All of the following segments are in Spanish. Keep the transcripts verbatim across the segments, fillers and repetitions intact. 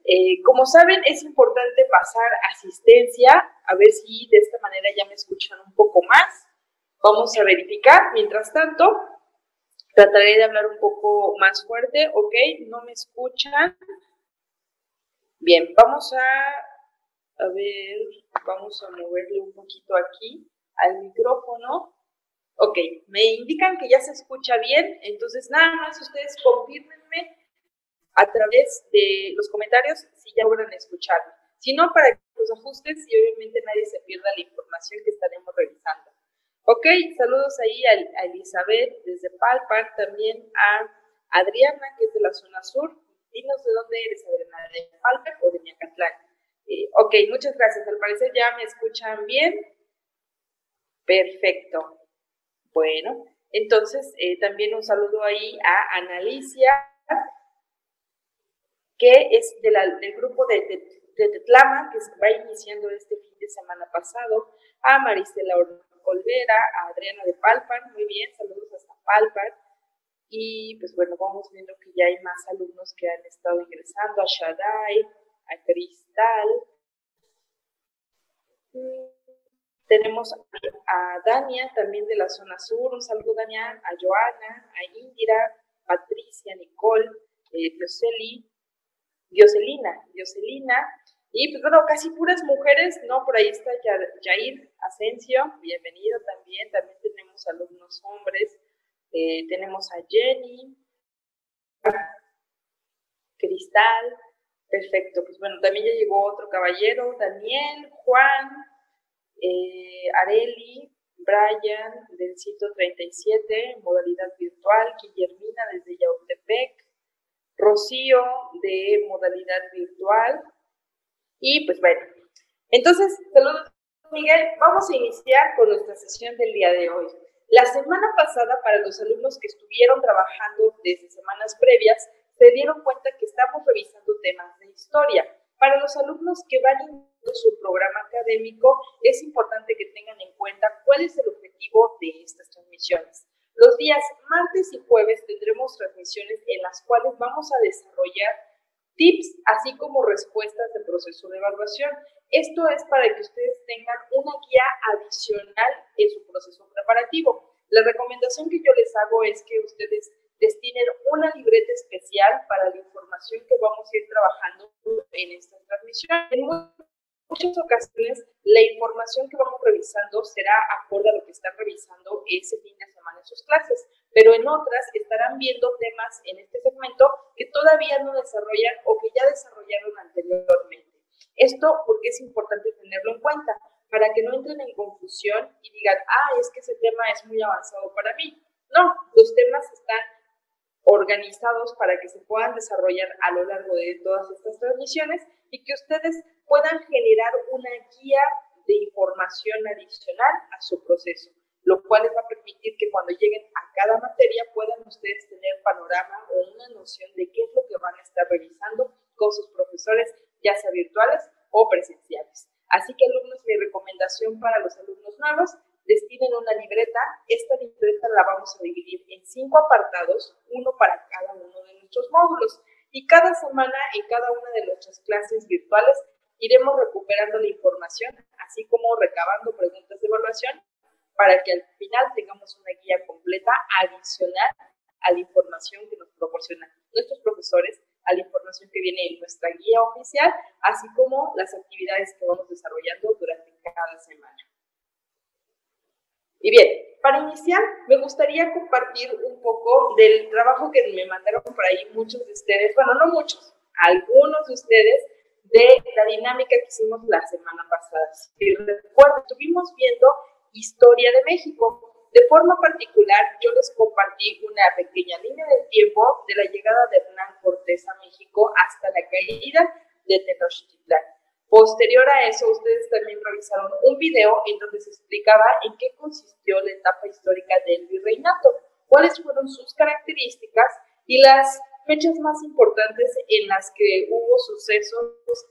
Eh, como saben, es importante pasar asistencia, a ver si de esta manera ya me escuchan un poco más. Vamos a verificar. Mientras tanto, trataré de hablar un poco más fuerte. Ok, ¿no me escuchan? Bien, vamos a, a ver, vamos a moverle un poquito aquí al micrófono. Ok, me indican que ya se escucha bien, entonces nada más ustedes confírmenme a través de los comentarios si ya logran escuchar. Si no, para que los ajustes y obviamente nadie se pierda la información que estaremos revisando. Ok, saludos ahí a, a Elizabeth desde Palpan, también a Adriana, que es de la zona sur. Dinos de dónde eres, Adriana, de Palpan o de Miacatlán. Eh, ok, muchas gracias. Al parecer ya me escuchan bien. Perfecto. Bueno, entonces eh, también un saludo ahí a Analicia, que es de la, del grupo de, de, de Tetlama, que va iniciando este fin de semana pasado, a Maristela Olvera, a Adriana de Palpan, muy bien, saludos hasta Palpan, y pues bueno, vamos viendo que ya hay más alumnos que han estado ingresando, a Shaddai, a Cristal, tenemos a Dania, también de la zona sur, un saludo Dania, a Joana, a Indira, Patricia, Nicole, eh, Dioseli, Dioselina, Dioselina, y pues bueno, casi puras mujeres, ¿no? Por ahí está Jair Asensio, bienvenido también, también tenemos alumnos hombres, eh, tenemos a Jenny, Cristal, perfecto, pues bueno, también ya llegó otro caballero, Daniel, Juan, eh, Areli, Brian, del sitio treinta y siete, modalidad virtual, Guillermina desde Yautepec, Rocío de modalidad virtual. Y pues bueno, entonces, saludos Miguel, vamos a iniciar con nuestra sesión del día de hoy. La semana pasada, para los alumnos que estuvieron trabajando desde semanas previas, se dieron cuenta que estamos revisando temas de historia. Para los alumnos que van iniciando su programa académico, es importante que tengan en cuenta cuál es el objetivo de estas transmisiones. Los días martes y jueves tendremos transmisiones en las cuales vamos a desarrollar tips, así como respuestas de proceso de evaluación. Esto es para que ustedes tengan una guía adicional en su proceso preparativo. La recomendación que yo les hago es que ustedes destinen una libreta especial para la información que vamos a ir trabajando en esta transmisión. En muchas ocasiones, la información que vamos revisando será acorde a lo que están revisando ese fin de semana en sus clases, pero en otras estarán viendo temas en este segmento que todavía no desarrollan o que ya desarrollaron anteriormente. Esto porque es importante tenerlo en cuenta, para que no entren en confusión y digan, ah, es que ese tema es muy avanzado para mí. No, los temas están organizados para que se puedan desarrollar a lo largo de todas estas transmisiones y que ustedes puedan generar una guía de información adicional a su proceso, lo cual les va a permitir que cuando lleguen a cada materia puedan ustedes tener panorama o una noción de qué es lo que van a estar revisando con sus profesores, ya sea virtuales o presenciales. Así que, alumnos, mi recomendación para los alumnos nuevos, destinen una libreta. Esta libreta la vamos a dividir en cinco apartados, uno para cada uno de nuestros módulos. Y cada semana, en cada una de nuestras clases virtuales, iremos recuperando la información, así como recabando preguntas de evaluación, para que al final tengamos una guía completa adicional a la información que nos proporcionan nuestros profesores, a la información que viene en nuestra guía oficial, así como las actividades que vamos desarrollando durante cada semana. Y bien, para iniciar, me gustaría compartir un poco del trabajo que me mandaron por ahí muchos de ustedes, bueno, no muchos, algunos de ustedes, de la dinámica que hicimos la semana pasada. Si recuerdo, estuvimos viendo Historia de México. De forma particular, yo les compartí una pequeña línea del tiempo de la llegada de Hernán Cortés a México hasta la caída de Tenochtitlán. Posterior a eso, ustedes también revisaron un video en donde se explicaba en qué consistió la etapa histórica del virreinato, cuáles fueron sus características y las fechas más importantes en las que hubo sucesos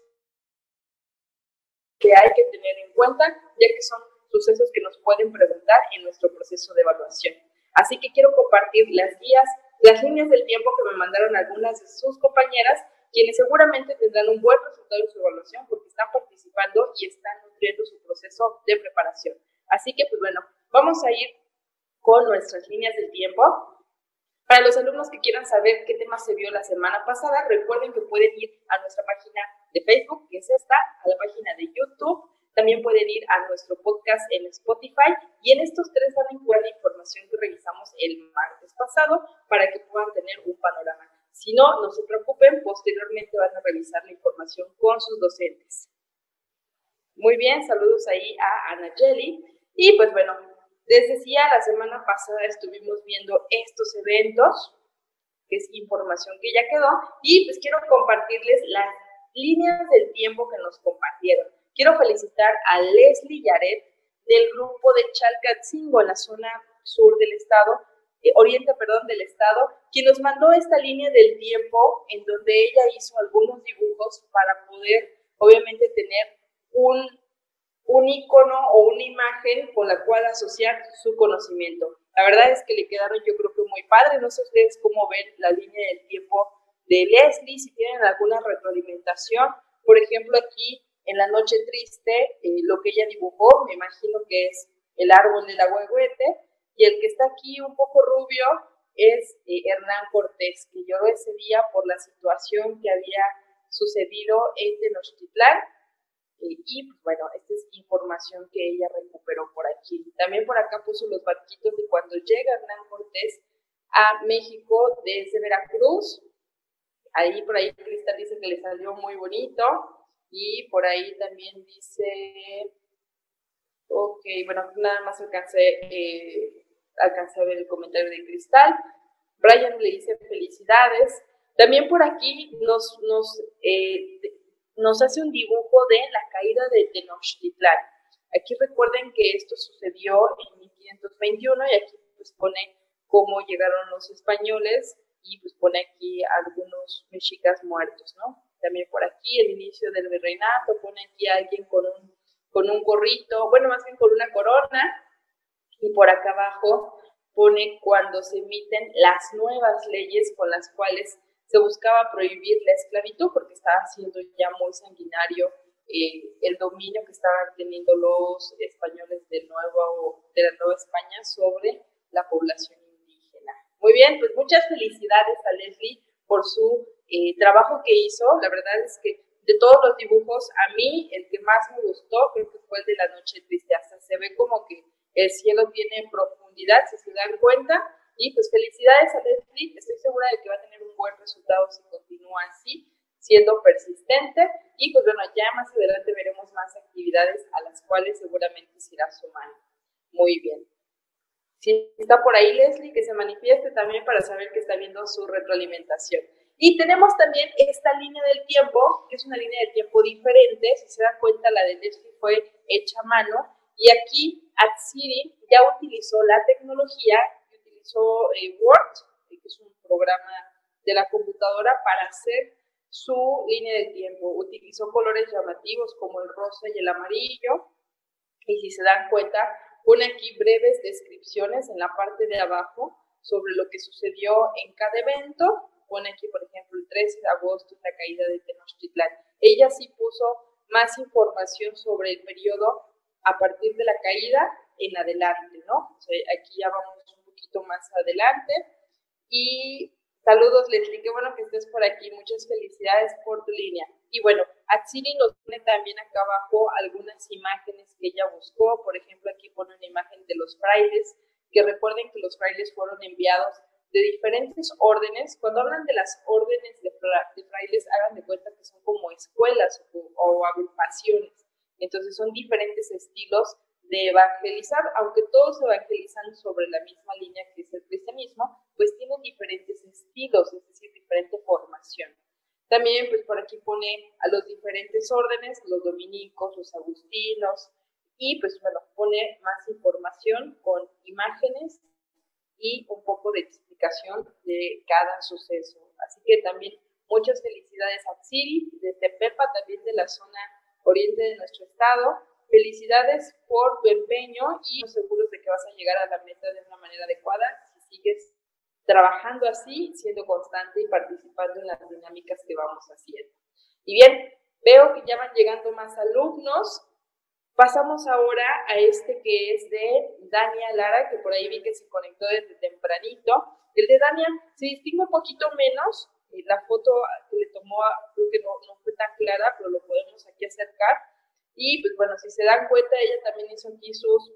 que hay que tener en cuenta, ya que son sucesos que nos pueden preguntar en nuestro proceso de evaluación. Así que quiero compartir las guías, las líneas del tiempo que me mandaron algunas de sus compañeras, quienes seguramente tendrán un buen resultado en su evaluación porque están participando y están nutriendo su proceso de preparación. Así que, pues bueno, vamos a ir con nuestras líneas del tiempo. Para los alumnos que quieran saber qué tema se vio la semana pasada, recuerden que pueden ir a nuestra página de Facebook, que es esta, a la página de YouTube. También pueden ir a nuestro podcast en Spotify y en estos tres van a encontrar la información que revisamos el martes pasado para que puedan tener un panorama. Si no, no se preocupen, posteriormente van a revisar la información con sus docentes. Muy bien, saludos ahí a Anayeli. Y pues bueno, les decía, la semana pasada estuvimos viendo estos eventos, que es información que ya quedó, y pues quiero compartirles las líneas del tiempo que nos compartieron. Quiero felicitar a Leslie Yaret del grupo de Chalcatzingo, en la zona sur del estado, eh, oriente, perdón, del estado, quien nos mandó esta línea del tiempo en donde ella hizo algunos dibujos para poder, obviamente, tener un, un icono o una imagen con la cual asociar su conocimiento. La verdad es que le quedaron, yo creo que muy padre. No sé ustedes cómo ven la línea del tiempo de Leslie, si tienen alguna retroalimentación. Por ejemplo, aquí en La Noche Triste, eh, lo que ella dibujó, me imagino que es el árbol del ahuehuete, y el que está aquí un poco rubio es eh, Hernán Cortés, que lloró ese día por la situación que había sucedido en Tenochtitlán. Eh, y pues, bueno, esta es información que ella recuperó por aquí. También por acá puso los barquitos de cuando llega Hernán Cortés a México desde Veracruz. Ahí por ahí Cristal dice que le salió muy bonito. Y por ahí también dice, ok, bueno, nada más alcancé, eh, alcancé a ver el comentario de Cristal. Brian le dice felicidades. También por aquí nos, nos, eh, nos hace un dibujo de la caída de Tenochtitlán. Aquí recuerden que esto sucedió en mil quinientos veintiuno y aquí pues pone cómo llegaron los españoles y pues pone aquí algunos mexicas muertos, ¿no? También por aquí el inicio del virreinato, pone aquí a alguien con un, con un gorrito, bueno, más bien con una corona, y por acá abajo pone cuando se emiten las nuevas leyes con las cuales se buscaba prohibir la esclavitud, porque estaba siendo ya muy sanguinario eh, el dominio que estaban teniendo los españoles de, nuevo, de la Nueva España sobre la población indígena. Muy bien, pues muchas felicidades a Leslie por su eh, trabajo que hizo. La verdad es que de todos los dibujos, a mí el que más me gustó creo que fue el de La Noche Triste. Hasta se ve como que el cielo tiene profundidad, si se dan cuenta. Y pues felicidades a Leslie, estoy segura de que va a tener un buen resultado si continúa así, siendo persistente. Y pues bueno, ya más adelante veremos más actividades a las cuales seguramente se irá sumando. Muy bien. Si está por ahí Leslie, que se manifieste también para saber que está viendo su retroalimentación. Y tenemos también esta línea del tiempo, que es una línea del tiempo diferente. Si se dan cuenta, la de Leslie fue hecha a mano. Y aquí Atsiri ya utilizó la tecnología, utilizó eh, Word, que es un programa de la computadora, para hacer su línea del tiempo. Utilizó colores llamativos como el rosa y el amarillo. Y si se dan cuenta, pone aquí breves descripciones en la parte de abajo sobre lo que sucedió en cada evento. Pone aquí, por ejemplo, el trece de agosto, la caída de Tenochtitlán. Ella sí puso más información sobre el periodo a partir de la caída en adelante, ¿no? O sea, aquí ya vamos un poquito más adelante. Y saludos, Leslie, qué bueno que estés por aquí. Muchas felicidades por tu línea. Y bueno, Atsiri nos pone también acá abajo algunas imágenes que ella buscó. Por ejemplo, aquí pone una imagen de los frailes, que recuerden que los frailes fueron enviados de diferentes órdenes. Cuando hablan de las órdenes de, fra de frailes, hagan de cuenta que son como escuelas o, o agrupaciones. Entonces son diferentes estilos de evangelizar, aunque todos evangelizan sobre la misma línea que es el cristianismo, pues tienen diferentes estilos, es decir, diferente formación. También, pues por aquí pone a los diferentes órdenes, los dominicos, los agustinos, y pues bueno, pone más información con imágenes y un poco de explicación de cada suceso. Así que también muchas felicidades a Atsiri, desde Pepa, también de la zona oriente de nuestro estado. Felicidades por tu empeño y seguros de que vas a llegar a la meta de una manera adecuada si sigues trabajando así, siendo constante y participando en las dinámicas que vamos haciendo. Y bien, veo que ya van llegando más alumnos. Pasamos ahora a este que es de Dania Lara, que por ahí vi que se conectó desde tempranito. El de Dania se distingue un poquito menos. La foto que le tomó creo que no, no fue tan clara, pero lo podemos aquí acercar. Y pues bueno, si se dan cuenta, ella también hizo aquí sus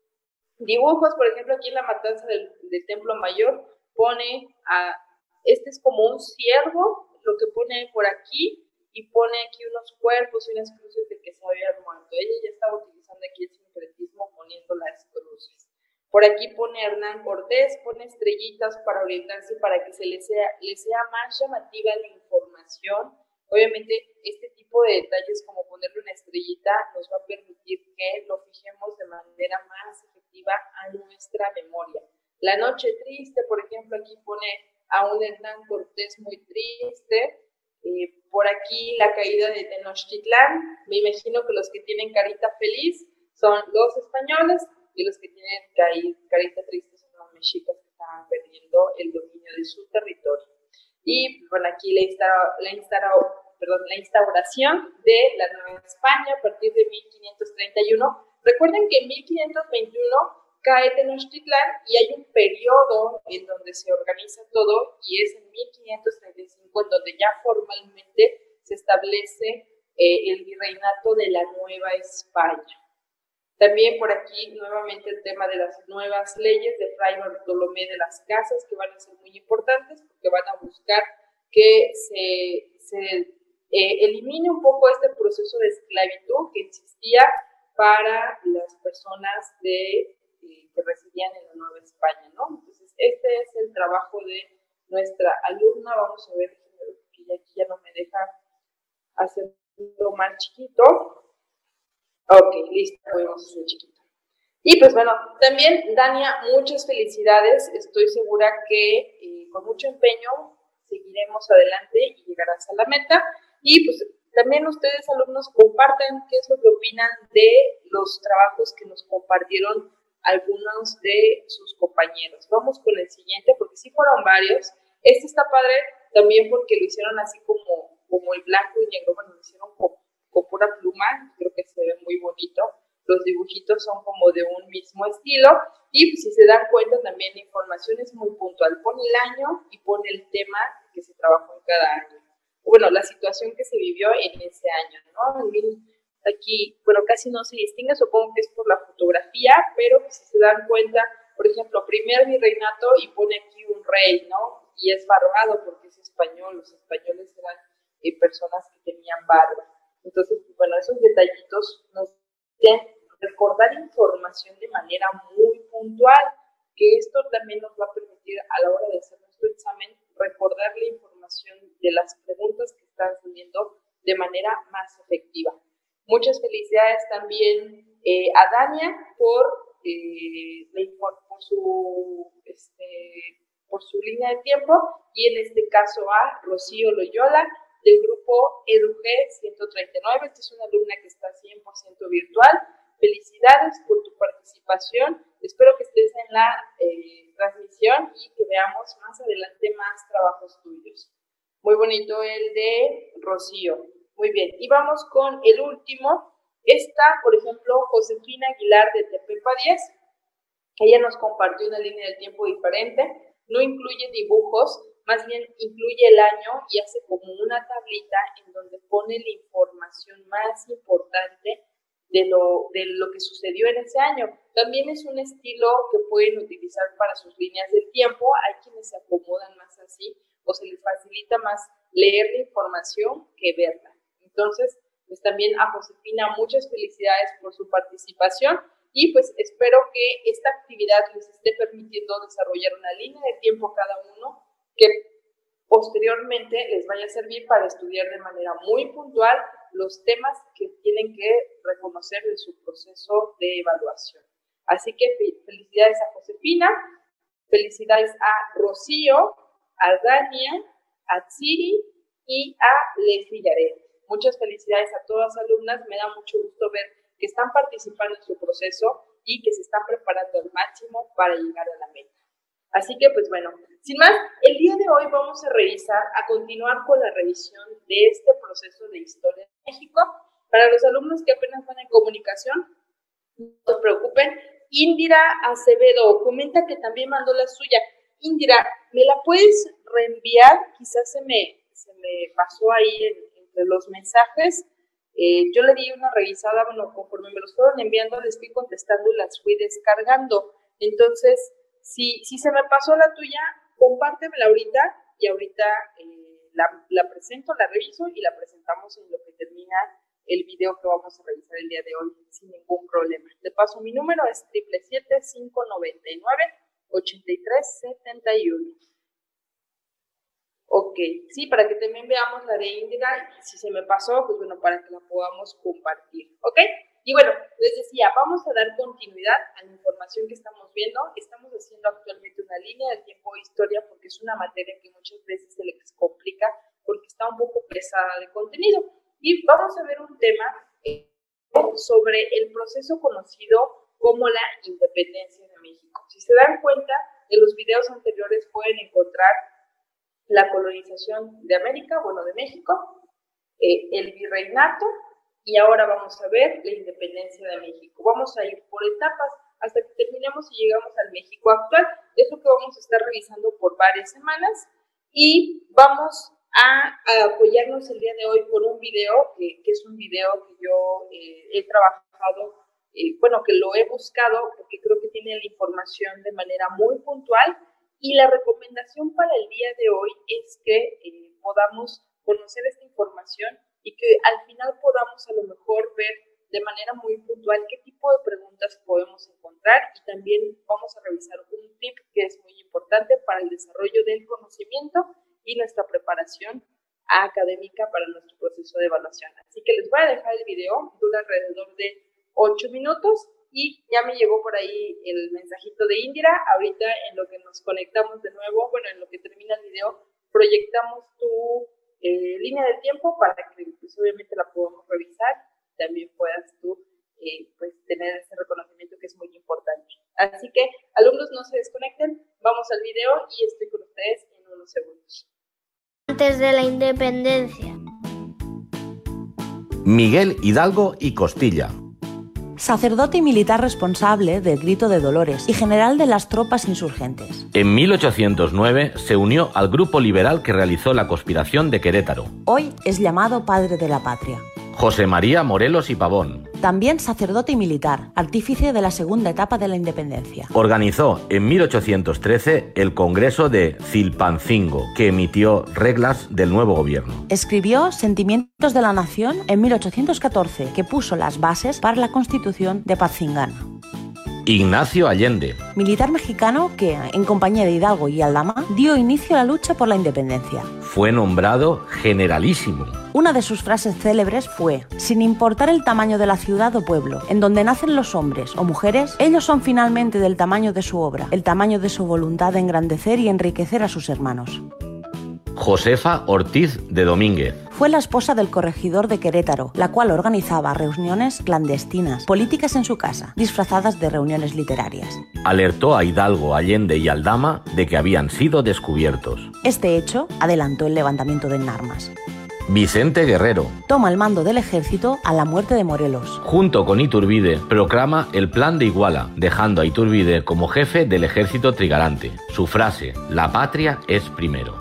dibujos. Por ejemplo, aquí en la matanza del, del Templo Mayor pone a, este es como un ciervo, lo que pone por aquí, y pone aquí unos cuerpos y unas cruces de que se habían muerto. Ella ya estaba utilizando aquí el sincretismo poniendo las cruces. Por aquí pone Hernán Cortés, pone estrellitas para orientarse, para que se le sea, le sea más llamativa la información. Obviamente, este tipo de detalles, como ponerle una estrellita, nos va a permitir que lo fijemos de manera más efectiva a nuestra memoria. La noche triste, por ejemplo, aquí pone a un Hernán Cortés muy triste. Eh, por aquí la caída de Tenochtitlán. Me imagino que los que tienen carita feliz son los españoles y los que tienen cari carita triste son los mexicas que estaban perdiendo el dominio de su territorio. Y bueno, aquí la, insta la, insta perdón, la instauración de la Nueva España a partir de mil quinientos treinta y uno. Recuerden que en mil quinientos veintiuno cae Tenochtitlán y hay un periodo en donde se organiza todo, y es en mil quinientos treinta y cinco en donde ya formalmente se establece eh, el virreinato de la Nueva España. También por aquí nuevamente el tema de las nuevas leyes de Fray Bartolomé de las Casas, que van a ser muy importantes porque van a buscar que se, se eh, elimine un poco este proceso de esclavitud que existía para las personas de que residían en la Nueva España, ¿no? Entonces, este es el trabajo de nuestra alumna. Vamos a ver que aquí ya no me deja hacerlo más chiquito. Ok, listo, podemos hacer chiquito. Y pues bueno, también, Dania, muchas felicidades. Estoy segura que eh, con mucho empeño seguiremos adelante y llegarás a la meta. Y pues también ustedes, alumnos, compartan qué es lo que opinan de los trabajos que nos compartieron algunos de sus compañeros. Vamos con el siguiente, porque sí fueron varios. Este está padre también porque lo hicieron así como, como el blanco y negro. Bueno, lo hicieron con, con pura pluma. Creo que se ve muy bonito. Los dibujitos son como de un mismo estilo. Y pues, si se dan cuenta, también la información es muy puntual. Pone el año y pone el tema que se trabajó en cada año. Bueno, la situación que se vivió en ese año, ¿no? Aquí, bueno, casi no se distingue, supongo que es por la fotografía, pero si se dan cuenta, por ejemplo, primer virreinato y pone aquí un rey, ¿no? Y es barbado porque es español, los españoles eran eh, personas que tenían barba. Entonces, bueno, esos detallitos nos hacen recordar información de manera muy puntual, que esto también nos va a permitir a la hora de hacer nuestro examen recordar la información de las preguntas que están saliendo de manera más efectiva. Muchas felicidades también eh, a Dania por, eh, por, por, su, este, por su línea de tiempo, y en este caso a Rocío Loyola del grupo EduG ciento treinta y nueve. Esta es una alumna que está cien por ciento virtual. Felicidades por tu participación. Espero que estés en la eh, transmisión y que veamos más adelante más trabajos tuyos. Muy bonito el de Rocío. Muy bien, y vamos con el último. Esta, por ejemplo, Josefina Aguilar de Tepepa diez. Ella nos compartió una línea del tiempo diferente. No incluye dibujos, más bien incluye el año y hace como una tablita en donde pone la información más importante de lo, de lo que sucedió en ese año. También es un estilo que pueden utilizar para sus líneas del tiempo. Hay quienes se acomodan más así o se les facilita más leer la información que verla. Entonces, pues también a Josefina muchas felicidades por su participación y pues espero que esta actividad les esté permitiendo desarrollar una línea de tiempo cada uno que posteriormente les vaya a servir para estudiar de manera muy puntual los temas que tienen que reconocer de su proceso de evaluación. Así que felicidades a Josefina, felicidades a Rocío, a Dania, a Tsiri y a Leslie Yaret. Muchas felicidades a todas las alumnas, me da mucho gusto ver que están participando en su proceso y que se están preparando al máximo para llegar a la meta. Así que, pues bueno, sin más, el día de hoy vamos a revisar, a continuar con la revisión de este proceso de historia de México. Para los alumnos que apenas van en comunicación, no se preocupen. Indira Acevedo comenta que también mandó la suya. Indira, ¿me la puedes reenviar? Quizás se me, se me pasó ahí en, entre los mensajes. Eh, yo le di una revisada, bueno, conforme me los fueron enviando, les fui contestando y las fui descargando. Entonces, si, si se me pasó la tuya, compártemela ahorita y ahorita eh, la, la presento, la reviso y la presentamos en lo que termina el video que vamos a revisar el día de hoy sin ningún problema. De paso, mi número es siete siete siete, cinco nueve nueve, ocho tres siete uno. Ok, sí, para que también veamos la de Indira, y si se me pasó, pues bueno, para que la podamos compartir, ¿ok? Y bueno, les decía, vamos a dar continuidad a la información que estamos viendo. Estamos haciendo actualmente una línea de tiempo de historia porque es una materia que muchas veces se les complica porque está un poco pesada de contenido. Y vamos a ver un tema eh, sobre el proceso conocido como la independencia de México. Si se dan cuenta, en los videos anteriores pueden encontrar la colonización de América, bueno, de México, eh, el virreinato, y ahora vamos a ver la independencia de México. Vamos a ir por etapas hasta que terminemos y llegamos al México actual. Es lo que vamos a estar revisando por varias semanas y vamos a, a apoyarnos el día de hoy por un video, eh, que es un video que yo eh, he trabajado, eh, bueno, que lo he buscado porque creo que tiene la información de manera muy puntual. Y la recomendación para el día de hoy es que eh, podamos conocer esta información y que al final podamos a lo mejor ver de manera muy puntual qué tipo de preguntas podemos encontrar, y también vamos a revisar un tip que es muy importante para el desarrollo del conocimiento y nuestra preparación académica para nuestro proceso de evaluación. Así que les voy a dejar el video, dura alrededor de ocho minutos. Y ya me llegó por ahí el mensajito de Indira. Ahorita en lo que nos conectamos de nuevo, bueno, en lo que termina el video, proyectamos tu eh, línea de tiempo para que pues, obviamente la podamos revisar. También puedas tú eh, pues, tener ese reconocimiento que es muy importante. Así que, alumnos, no se desconecten. Vamos al video y estoy con ustedes en unos segundos. Antes de la independencia. Miguel Hidalgo y Costilla. Sacerdote y militar responsable del Grito de Dolores y general de las tropas insurgentes. En mil ochocientos nueve se unió al grupo liberal que realizó la conspiración de Querétaro. Hoy es llamado padre de la patria. José María Morelos y Pavón. También sacerdote y militar, artífice de la segunda etapa de la independencia. Organizó en mil ochocientos trece el Congreso de Zilpancingo, que emitió reglas del nuevo gobierno. Escribió Sentimientos de la Nación en mil ochocientos catorce, que puso las bases para la Constitución de Patzingán. Ignacio Allende. Militar mexicano que, en compañía de Hidalgo y Aldama, dio inicio a la lucha por la independencia. Fue nombrado generalísimo. Una de sus frases célebres fue: sin importar el tamaño de la ciudad o pueblo, en donde nacen los hombres o mujeres, ellos son finalmente del tamaño de su obra, el tamaño de su voluntad de engrandecer y enriquecer a sus hermanos. Josefa Ortiz de Domínguez. Fue la esposa del corregidor de Querétaro, la cual organizaba reuniones clandestinas, políticas en su casa, disfrazadas de reuniones literarias. Alertó a Hidalgo, Allende y Aldama de que habían sido descubiertos. Este hecho adelantó el levantamiento de Narmas. Vicente Guerrero. Toma el mando del ejército a la muerte de Morelos. Junto con Iturbide, proclama el Plan de Iguala, dejando a Iturbide como jefe del ejército trigarante. Su frase: la patria es primero.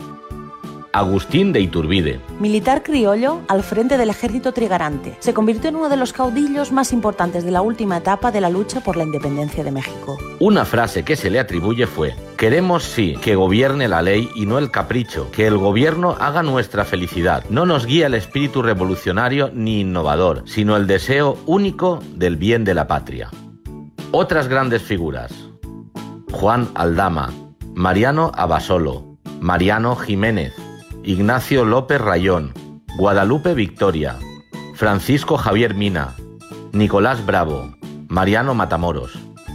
Agustín de Iturbide. Militar criollo al frente del ejército trigarante. Se convirtió en uno de los caudillos más importantes de la última etapa de la lucha por la independencia de México. Una frase que se le atribuye fue: queremos sí que gobierne la ley y no el capricho, que el gobierno haga nuestra felicidad. No nos guía el espíritu revolucionario ni innovador, sino el deseo único del bien de la patria. Otras grandes figuras: Juan Aldama, Mariano Abasolo, Mariano Jiménez, Ignacio López Rayón, Guadalupe Victoria, Francisco Javier Mina, Nicolás Bravo, Mariano Matamoros.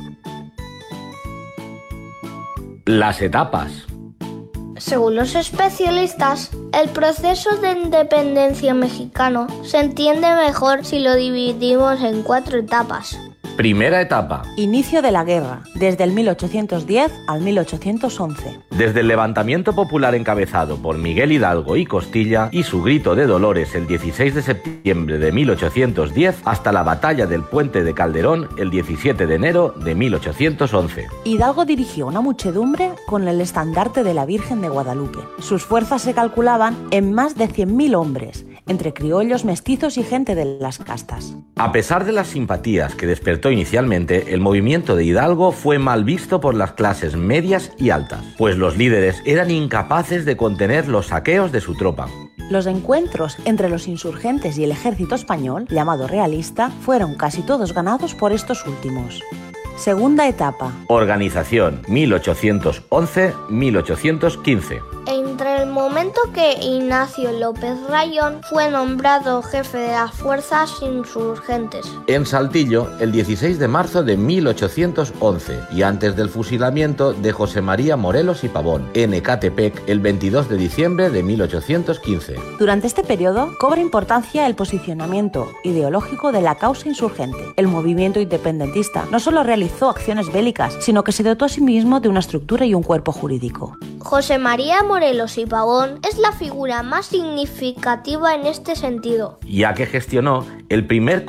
Las etapas. Según los especialistas, el proceso de independencia mexicano se entiende mejor si lo dividimos en cuatro etapas. Primera etapa. Inicio de la guerra, desde el mil ochocientos diez al mil ochocientos once. Desde el levantamiento popular encabezado por Miguel Hidalgo y Costilla y su grito de dolores el dieciséis de septiembre de mil ochocientos diez hasta la batalla del Puente de Calderón el diecisiete de enero de mil ochocientos once. Hidalgo dirigió una muchedumbre con el estandarte de la Virgen de Guadalupe. Sus fuerzas se calculaban en más de cien mil hombres, entre criollos, mestizos y gente de las castas. A pesar de las simpatías que despertó inicialmente, el movimiento de Hidalgo fue mal visto por las clases medias y altas, pues los líderes eran incapaces de contener los saqueos de su tropa. Los encuentros entre los insurgentes y el ejército español, llamado realista, fueron casi todos ganados por estos últimos. Segunda etapa. Organización mil ochocientos once a mil ochocientos quince. Entre el momento que Ignacio López Rayón fue nombrado jefe de las fuerzas insurgentes. En Saltillo, el dieciséis de marzo de mil ochocientos once y antes del fusilamiento de José María Morelos y Pavón. En Ecatepec, el veintidós de diciembre de mil ochocientos quince. Durante este periodo cobra importancia el posicionamiento ideológico de la causa insurgente. El movimiento independentista no solo realizó acciones bélicas, sino que se dotó a sí mismo de una estructura y un cuerpo jurídico. José María Morelos y Pavón es la figura más significativa en este sentido, ya que gestionó el primer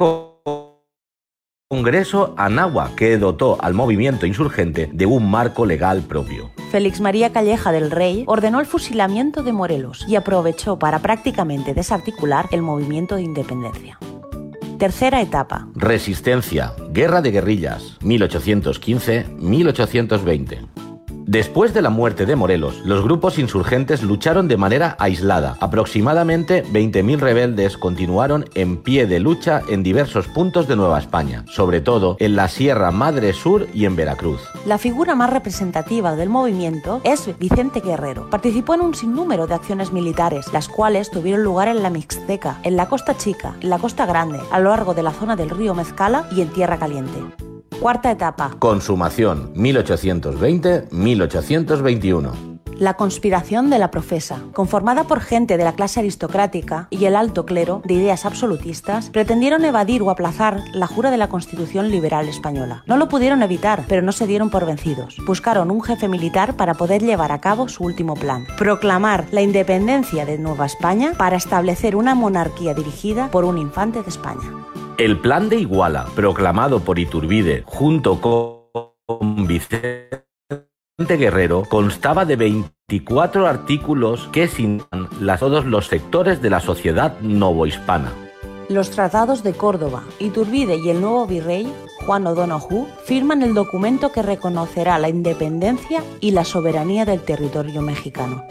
Congreso Anáhuac que dotó al movimiento insurgente de un marco legal propio. Félix María Calleja del Rey ordenó el fusilamiento de Morelos y aprovechó para prácticamente desarticular el movimiento de independencia. Tercera etapa. Resistencia, guerra de guerrillas, mil ochocientos quince a mil ochocientos veinte. Después de la muerte de Morelos, los grupos insurgentes lucharon de manera aislada. Aproximadamente veinte mil rebeldes continuaron en pie de lucha en diversos puntos de Nueva España, sobre todo en la Sierra Madre Sur y en Veracruz. La figura más representativa del movimiento es Vicente Guerrero. Participó en un sinnúmero de acciones militares, las cuales tuvieron lugar en la Mixteca, en la Costa Chica, en la Costa Grande, a lo largo de la zona del río Mezcala y en Tierra Caliente. Cuarta etapa. Consumación, mil ochocientos veinte a mil ochocientos veintiuno. La conspiración de la Profesa, conformada por gente de la clase aristocrática y el alto clero de ideas absolutistas, pretendieron evadir o aplazar la jura de la Constitución Liberal Española. No lo pudieron evitar, pero no se dieron por vencidos. Buscaron un jefe militar para poder llevar a cabo su último plan: proclamar la independencia de Nueva España para establecer una monarquía dirigida por un infante de España. El Plan de Iguala, proclamado por Iturbide junto con Vicente Guerrero, constaba de veinticuatro artículos que signaban todos los sectores de la sociedad novohispana. Los tratados de Córdoba, Iturbide y el nuevo virrey, Juan O'Donoghue, firman el documento que reconocerá la independencia y la soberanía del territorio mexicano.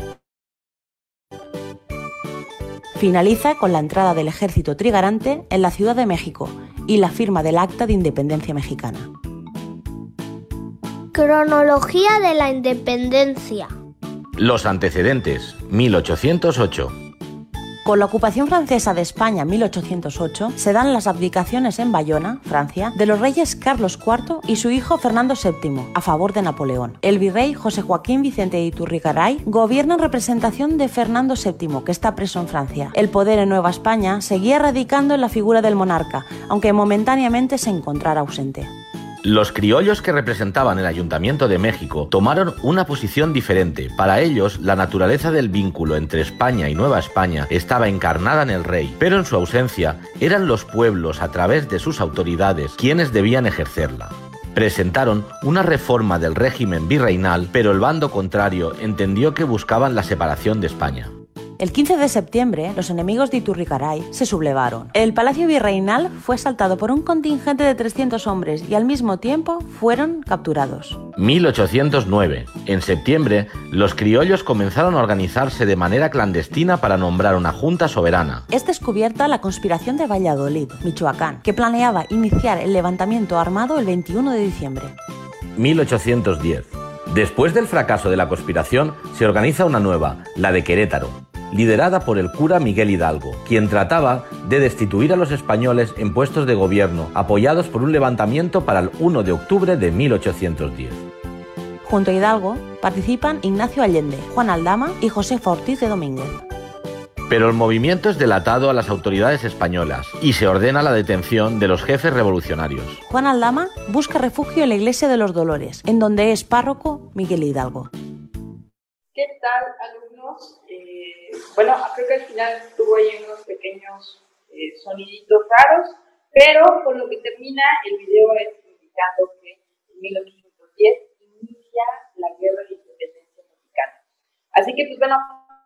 Finaliza con la entrada del ejército trigarante en la Ciudad de México y la firma del Acta de Independencia Mexicana. Cronología de la independencia. Los antecedentes, mil ochocientos ocho. Con la ocupación francesa de España en mil ochocientos ocho, se dan las abdicaciones en Bayona, Francia, de los reyes Carlos cuarto y su hijo Fernando séptimo, a favor de Napoleón. El virrey José Joaquín Vicente de Iturrigaray gobierna en representación de Fernando séptimo, que está preso en Francia. El poder en Nueva España seguía radicando en la figura del monarca, aunque momentáneamente se encontrara ausente. Los criollos que representaban el Ayuntamiento de México tomaron una posición diferente. Para ellos, la naturaleza del vínculo entre España y Nueva España estaba encarnada en el rey, pero en su ausencia eran los pueblos, a través de sus autoridades, quienes debían ejercerla. Presentaron una reforma del régimen virreinal, pero el bando contrario entendió que buscaban la separación de España. El quince de septiembre, los enemigos de Iturrigaray se sublevaron. El palacio virreinal fue asaltado por un contingente de trescientos hombres y al mismo tiempo fueron capturados. mil ochocientos nueve. En septiembre, los criollos comenzaron a organizarse de manera clandestina para nombrar una junta soberana. Es descubierta la conspiración de Valladolid, Michoacán, que planeaba iniciar el levantamiento armado el veintiuno de diciembre. mil ochocientos diez. Después del fracaso de la conspiración, se organiza una nueva, la de Querétaro, liderada por el cura Miguel Hidalgo, quien trataba de destituir a los españoles en puestos de gobierno, apoyados por un levantamiento para el uno de octubre de mil ochocientos diez. Junto a Hidalgo participan Ignacio Allende, Juan Aldama y José Ortiz de Domínguez. Pero el movimiento es delatado a las autoridades españolas y se ordena la detención de los jefes revolucionarios. Juan Aldama busca refugio en la Iglesia de los Dolores, en donde es párroco Miguel Hidalgo. ¿Qué tal, alumnos? Eh, bueno, creo que al final tuvo ahí unos pequeños eh, soniditos raros, pero con lo que termina el video es indicando que en mil ochocientos diez inicia la Guerra de Independencia Mexicana. Así que, pues bueno,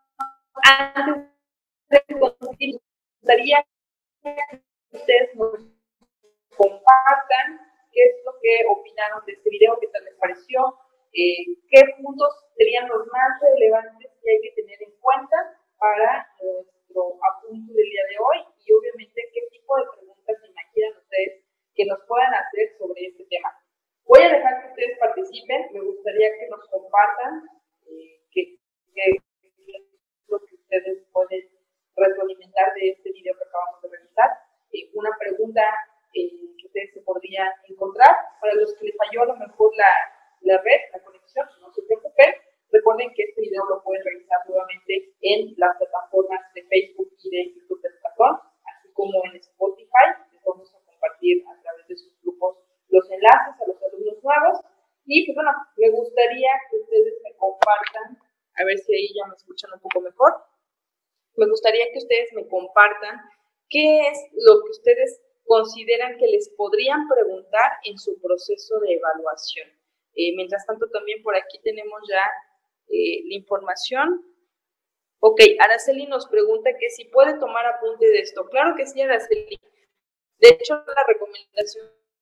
antes de continuar, me gustaría que ustedes nos compartan qué es lo que opinaron de este video, qué tal les pareció, eh, qué puntos serían los más relevantes que hay que tener en cuenta para nuestro apunte del día de hoy y obviamente qué tipo de preguntas se imaginan ustedes que nos puedan hacer sobre este tema. Voy a dejar que ustedes participen, me gustaría que nos compartan eh, qué es lo que ustedes pueden retroalimentar de este video que acabamos de realizar. Eh, una pregunta eh, que ustedes se podrían encontrar, para los que les falló a lo mejor la, la red, la conexión, no se preocupen. Recuerden que este video lo pueden revisar nuevamente en las plataformas de Facebook y de YouTube de Educatón, así como en Spotify. Les vamos a compartir a través de sus grupos los enlaces a los alumnos nuevos. Y pues bueno, me gustaría que ustedes me compartan, a ver si ahí ya me escuchan un poco mejor. Me gustaría que ustedes me compartan qué es lo que ustedes consideran que les podrían preguntar en su proceso de evaluación. Eh, mientras tanto, también por aquí tenemos ya Eh, la información. Ok, Araceli nos pregunta que si puede tomar apunte de esto. Claro que sí, Araceli. De hecho, la recomendación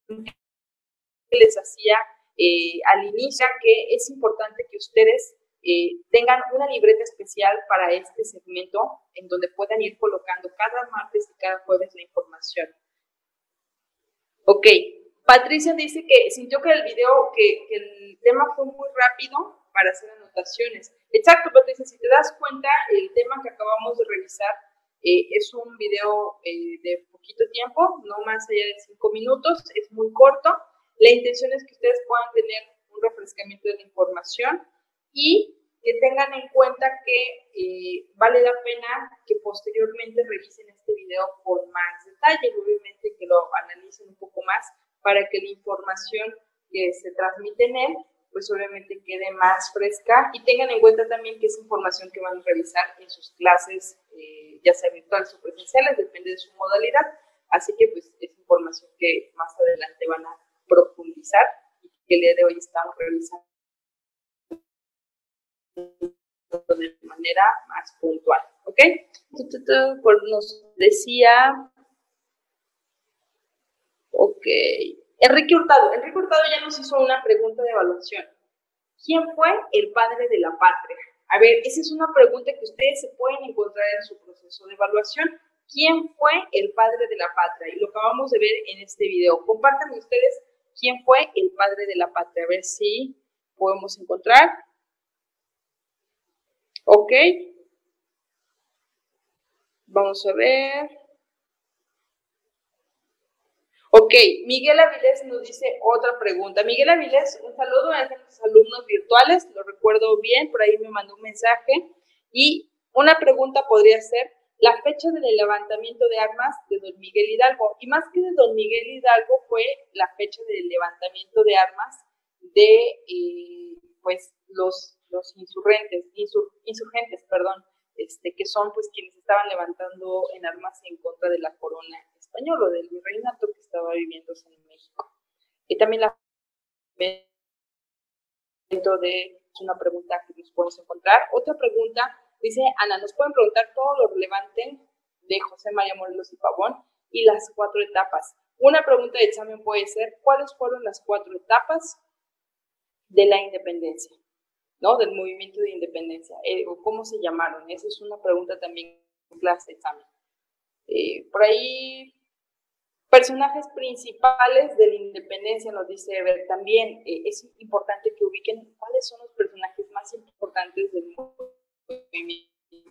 que les hacía eh, al inicio, que es importante que ustedes eh, tengan una libreta especial para este segmento, en donde puedan ir colocando cada martes y cada jueves la información. Ok, Patricia dice que sintió que el video, que, que el tema fue muy rápido para hacer anotaciones. Exacto, Patricia, si te das cuenta, el tema que acabamos de revisar eh, es un video eh, de poquito tiempo, no más allá de cinco minutos, es muy corto. La intención es que ustedes puedan tener un refrescamiento de la información y que tengan en cuenta que eh, vale la pena que posteriormente revisen este video con más detalle, obviamente que lo analicen un poco más para que la información que se transmite en él pues obviamente quede más fresca y tengan en cuenta también que es información que van a revisar en sus clases, eh, ya sea virtuales o presenciales, depende de su modalidad, así que pues es información que más adelante van a profundizar y que el día de hoy estamos revisando de manera más puntual, ¿ok? Pues nos decía, ok, Enrique Hurtado, Enrique Hurtado ya nos hizo una pregunta de evaluación. ¿Quién fue el padre de la patria? A ver, esa es una pregunta que ustedes se pueden encontrar en su proceso de evaluación. ¿Quién fue el padre de la patria? Y lo acabamos de ver en este video. Compártanme ustedes quién fue el padre de la patria. A ver si podemos encontrar. Ok. Vamos a ver. Ok, Miguel Avilés nos dice otra pregunta. Miguel Avilés, un saludo a nuestros alumnos virtuales, lo recuerdo bien, por ahí me mandó un mensaje. Y una pregunta podría ser la fecha del levantamiento de armas de don Miguel Hidalgo. Y más que de don Miguel Hidalgo fue la fecha del levantamiento de armas de eh, pues los, los insurgentes, insur, insurgentes, perdón, este, que son pues quienes estaban levantando en armas en contra de la corona español o del virreinato que estaba viviéndose en México. Y también la dentro de una pregunta que nos podemos encontrar. Otra pregunta, dice Ana, nos pueden preguntar todo lo relevante de José María Morelos y Pavón y las cuatro etapas. Una pregunta de examen puede ser, ¿cuáles fueron las cuatro etapas de la independencia? ¿No? Del movimiento de independencia. Eh, o ¿Cómo se llamaron? Esa es una pregunta también en clase de examen. Eh, por ahí, personajes principales de la independencia, nos dice Ever, también eh, es importante que ubiquen cuáles son los personajes más importantes del movimiento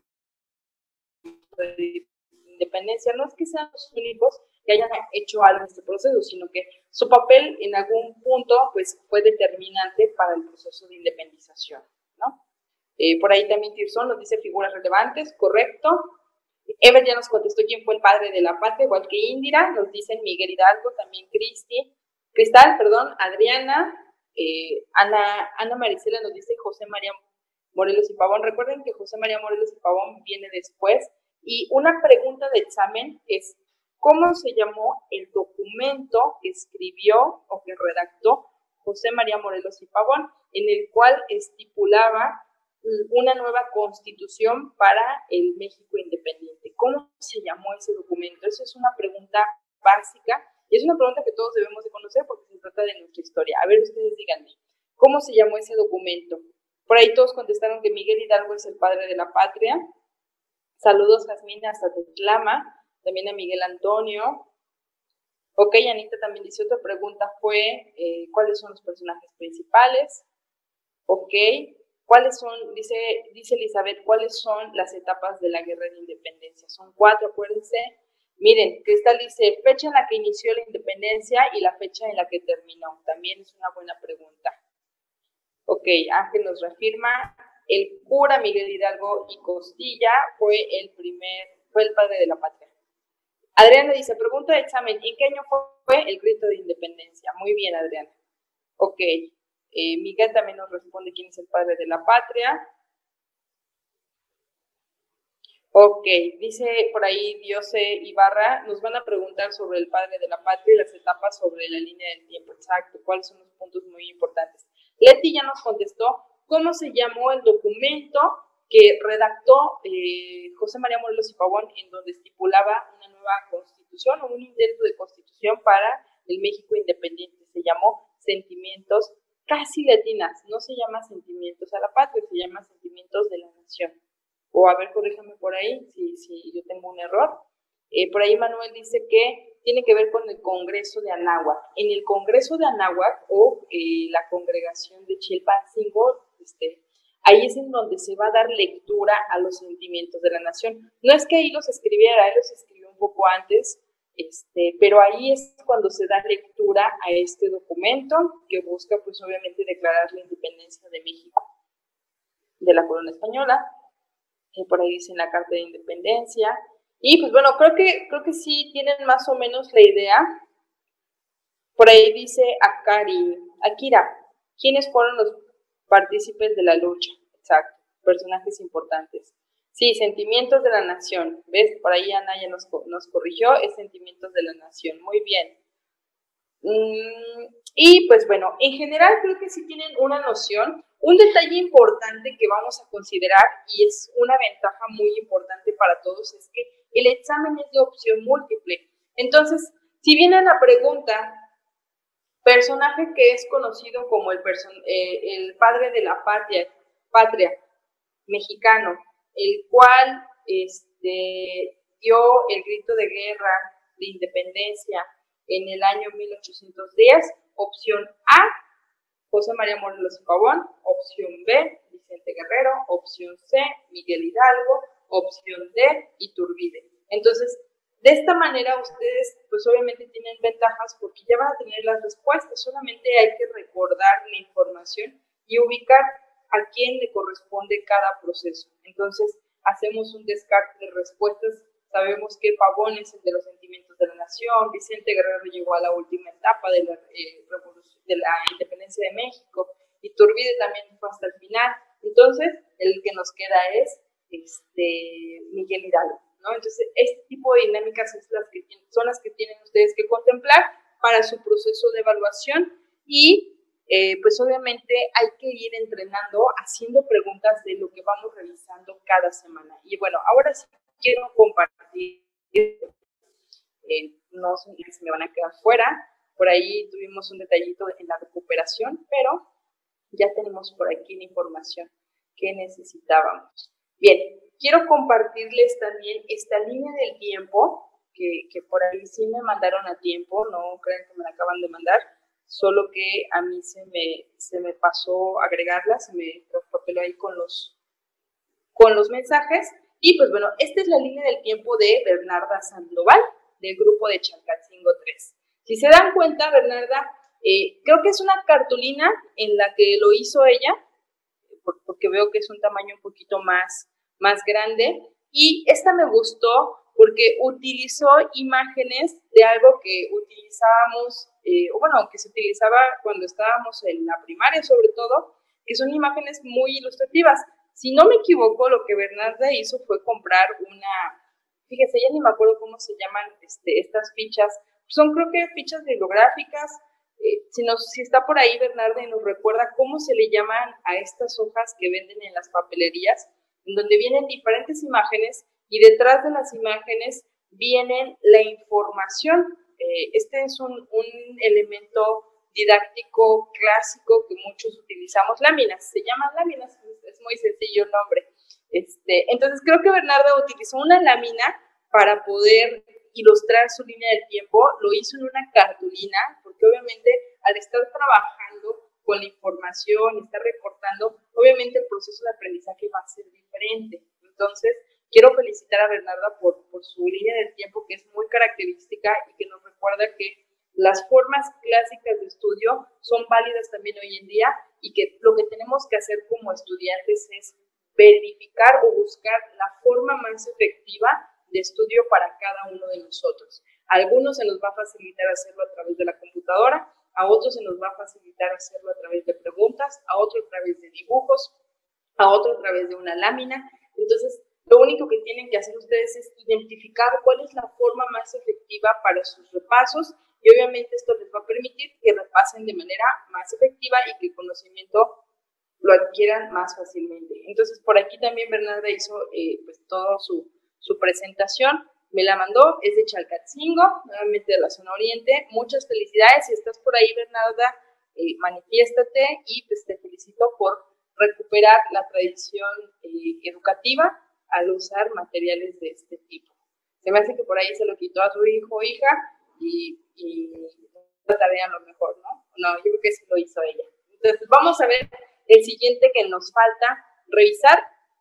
de independencia. No es que sean los únicos que hayan hecho algo en este proceso, sino que su papel en algún punto pues, fue determinante para el proceso de independización, ¿no? Eh, por ahí también Tirson nos dice figuras relevantes, correcto. Ever ya nos contestó quién fue el padre de la patria, igual que Indira, nos dicen Miguel Hidalgo, también Cristi, Cristal, perdón, Adriana, eh, Ana, Ana Maricela nos dice José María Morelos y Pavón. Recuerden que José María Morelos y Pavón viene después. Y una pregunta de examen es, ¿cómo se llamó el documento que escribió o que redactó José María Morelos y Pavón, en el cual estipulaba una nueva constitución para el México independiente? ¿Cómo se llamó ese documento? Eso es una pregunta básica y es una pregunta que todos debemos de conocer porque se trata de nuestra historia. A ver, ustedes díganme, ¿cómo se llamó ese documento? Por ahí todos contestaron que Miguel Hidalgo es el padre de la patria. Saludos, Jasmine, hasta Tetlama. También a Miguel Antonio. Ok, Anita también dice, otra pregunta fue, eh, ¿cuáles son los personajes principales? Ok, ¿cuáles son, dice, dice Elizabeth, cuáles son las etapas de la guerra de independencia? Son cuatro, acuérdense. Miren, Cristal dice, fecha en la que inició la independencia y la fecha en la que terminó. También es una buena pregunta. Ok, Ángel nos reafirma, el cura Miguel Hidalgo y Costilla fue el primer, fue el padre de la patria. Adriana dice, pregunta de examen, ¿en qué año fue el grito de independencia? Muy bien, Adriana. Ok, eh, Miguel también nos responde quién es el padre de la patria. Ok, dice por ahí Diose Ibarra, nos van a preguntar sobre el padre de la patria y las etapas sobre la línea del tiempo. Exacto, cuáles son los puntos muy importantes. Leti ya nos contestó cómo se llamó el documento que redactó eh, José María Morelos y Pavón, en donde estipulaba una nueva constitución o un intento de constitución para el México independiente. Se llamó Sentimientos, casi latinas, no se llama Sentimientos a la Patria, se llama Sentimientos de la Nación. O a ver, corríjame por ahí si, si yo tengo un error. Eh, por ahí Manuel dice que tiene que ver con el Congreso de Anáhuac. En el Congreso de Anáhuac o eh, la congregación de Chilpancingo, este, ahí es en donde se va a dar lectura a los sentimientos de la nación. No es que ahí los escribiera, él los escribió un poco antes, este, pero ahí es cuando se da lectura a este documento que busca, pues obviamente, declarar la independencia de México de la corona española. Eh, por ahí dicen la Carta de Independencia. Y pues bueno, creo que, creo que sí tienen más o menos la idea. Por ahí dice Akari, Akira, ¿quiénes fueron los partícipes de la lucha? Exacto, personajes importantes. Sí, Sentimientos de la Nación. ¿Ves? Por ahí Ana ya nos, nos corrigió, es Sentimientos de la Nación. Muy bien. Mm, y pues bueno, en general creo que sí tienen una noción. Un detalle importante que vamos a considerar, y es una ventaja muy importante para todos, es que el examen es de opción múltiple. Entonces, si viene la pregunta, personaje que es conocido como el, person eh, el padre de la patria, patria mexicano, el cual este, dio el grito de guerra, de independencia en el año mil ochocientos diez, opción A, José María Morelos y Pavón, opción B, Vicente Guerrero, opción C, Miguel Hidalgo, opción D, Iturbide. Entonces, de esta manera ustedes, pues obviamente tienen ventajas porque ya van a tener las respuestas, solamente hay que recordar la información y ubicar a quién le corresponde cada proceso. Entonces, hacemos un descarte de respuestas, sabemos que Pavón es el de los sentimientos de la nación, Vicente Guerrero llegó a la última etapa de la eh, revolución, de la independencia de México, Iturbide también fue hasta el final. Entonces, el que nos queda es este, Miguel Hidalgo, ¿no? Entonces, este tipo de dinámicas es las que tienen, son las que tienen ustedes que contemplar para su proceso de evaluación y eh, pues obviamente hay que ir entrenando haciendo preguntas de lo que vamos revisando cada semana. Y bueno, ahora sí quiero compartir, eh, no se me van a quedar fuera, por ahí tuvimos un detallito en la recuperación, pero ya tenemos por aquí la información que necesitábamos. Bien, quiero compartirles también esta línea del tiempo, que, que por ahí sí me mandaron a tiempo, no crean que me la acaban de mandar, solo que a mí se me, se me pasó agregarla, se me propeló ahí con los, con los mensajes. Y pues bueno, esta es la línea del tiempo de Bernarda Sandoval, del grupo de Chalcatzingo tres. Si se dan cuenta, Bernarda, eh, creo que es una cartulina en la que lo hizo ella, porque veo que es un tamaño un poquito más, más grande, Y esta me gustó porque utilizó imágenes de algo que utilizábamos, eh, o bueno, que se utilizaba cuando estábamos en la primaria sobre todo, que son imágenes muy ilustrativas. Si no me equivoco, lo que Bernarda hizo fue comprar una, fíjese, ya ni me acuerdo cómo se llaman este, estas fichas, son creo que fichas bibliográficas. Eh, si, nos, si está por ahí Bernarda y nos recuerda cómo se le llaman a estas hojas que venden en las papelerías, en donde vienen diferentes imágenes y detrás de las imágenes vienen la información. Eh, este es un, un elemento didáctico clásico que muchos utilizamos, láminas, se llaman láminas, es muy sencillo el nombre. Este, entonces creo que Bernarda utilizó una lámina para poder ilustrar su línea del tiempo, lo hizo en una cartulina, porque obviamente al estar trabajando con la información, estar recortando, obviamente el proceso de aprendizaje va a ser diferente. Entonces, quiero felicitar a Bernarda por, por su línea del tiempo, que es muy característica y que nos recuerda que las formas clásicas de estudio son válidas también hoy en día y que lo que tenemos que hacer como estudiantes es verificar o buscar la forma más efectiva de estudio para cada uno de nosotros. A algunos se nos va a facilitar hacerlo a través de la computadora, a otros se nos va a facilitar hacerlo a través de preguntas, a otros a través de dibujos, a otros a través de una lámina. Entonces, lo único que tienen que hacer ustedes es identificar cuál es la forma más efectiva para sus repasos y obviamente esto les va a permitir que repasen de manera más efectiva y que el conocimiento lo adquieran más fácilmente. Entonces, por aquí también Bernarda hizo eh, pues todo su, su presentación, me la mandó, es de Chalcatzingo, nuevamente de la zona oriente. Muchas felicidades, si estás por ahí Bernarda, eh, manifiéstate y pues te felicito por recuperar la tradición eh, educativa al usar materiales de este tipo. Se me hace que por ahí se lo quitó a su hijo o hija y, y la tarea a lo mejor, ¿no? No, yo creo que sí lo hizo ella. Entonces, vamos a ver el siguiente que nos falta revisar,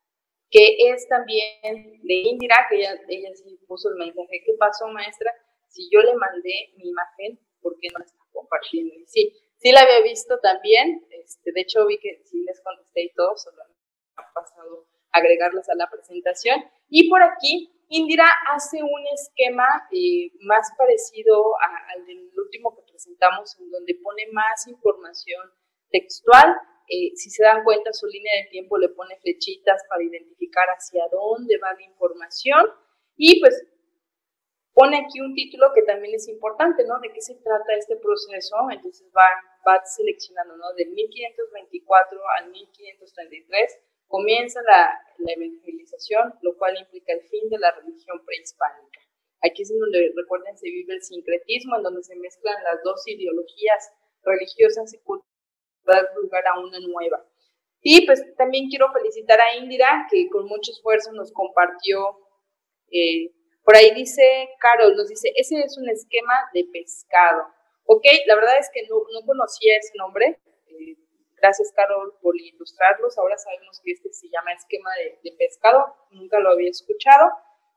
que es también de Indira, que ella, ella sí puso el mensaje. ¿Qué pasó, maestra? Si yo le mandé mi imagen, ¿por qué no la está compartiendo? Y sí, sí la había visto también. Este, de hecho, vi que sí les contesté y todo, solo me ha pasado agregarlos a la presentación. Y por aquí, Indira hace un esquema eh, más parecido a, al del último que presentamos, en donde pone más información textual. Eh, si se dan cuenta, su línea de tiempo le pone flechitas para identificar hacia dónde va la información. Y pues pone aquí un título que también es importante, ¿no? ¿De qué se trata este proceso? Entonces va, va seleccionando, ¿no? Del mil quinientos veinticuatro al mil quinientos treinta y tres comienza la, la evangelización, lo cual implica el fin de la religión prehispánica. Aquí es en donde, recuerden, se vive el sincretismo, en donde se mezclan las dos ideologías religiosas y culturales, dar lugar a una nueva. Y pues también quiero felicitar a Indira, que con mucho esfuerzo nos compartió, eh, por ahí dice, Carol, nos dice, ese es un esquema de pescado. Ok, la verdad es que no, no conocía ese nombre. Eh, gracias, Carol, por ilustrarlos. Ahora sabemos que este se llama esquema de, de pescado. Nunca lo había escuchado.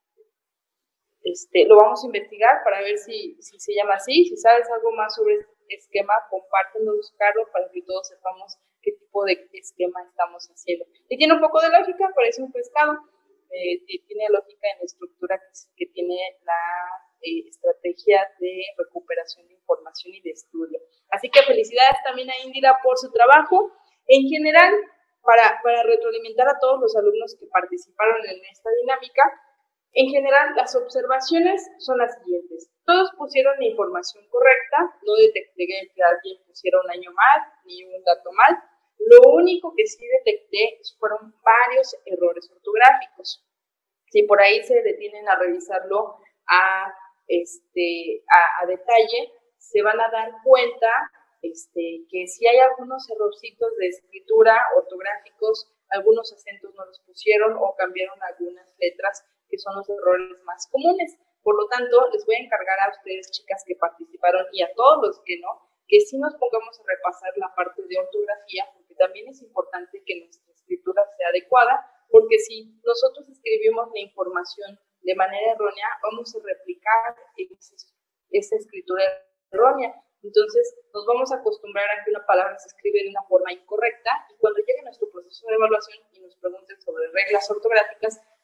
Este, lo vamos a investigar para ver si, si se llama así. Si sabes algo más sobre este esquema, compártenos, Carlos, para que todos sepamos qué tipo de esquema estamos haciendo. Y tiene un poco de lógica, parece un pescado. Eh, tiene lógica en la estructura que, que tiene la eh, estrategia de recuperación de información y de estudio. Así que felicidades también a Indira por su trabajo. En general, para, para retroalimentar a todos los alumnos que participaron en esta dinámica, en general, las observaciones son las siguientes. Todos pusieron la información correcta, no detecté que alguien pusiera un año mal, ni un dato mal. Lo único que sí detecté fueron varios errores ortográficos. Si por ahí se detienen a revisarlo a, este, a, a detalle, se van a dar cuenta este, que si hay algunos errorcitos de escritura ortográficos, algunos acentos no los pusieron o cambiaron algunas letras, que son los errores más comunes. Por lo tanto, les voy a encargar a ustedes, chicas, que participaron y a todos los que no, que sí nos pongamos a repasar la parte de ortografía, porque también es importante que nuestra escritura sea adecuada, porque si nosotros escribimos la información de manera errónea, vamos a replicar esa, esa escritura errónea. Entonces, nos vamos a acostumbrar a que una palabra se escribe de una forma incorrecta y cuando llegue nuestro proceso de evaluación y nos pregunten sobre reglas ortográficas,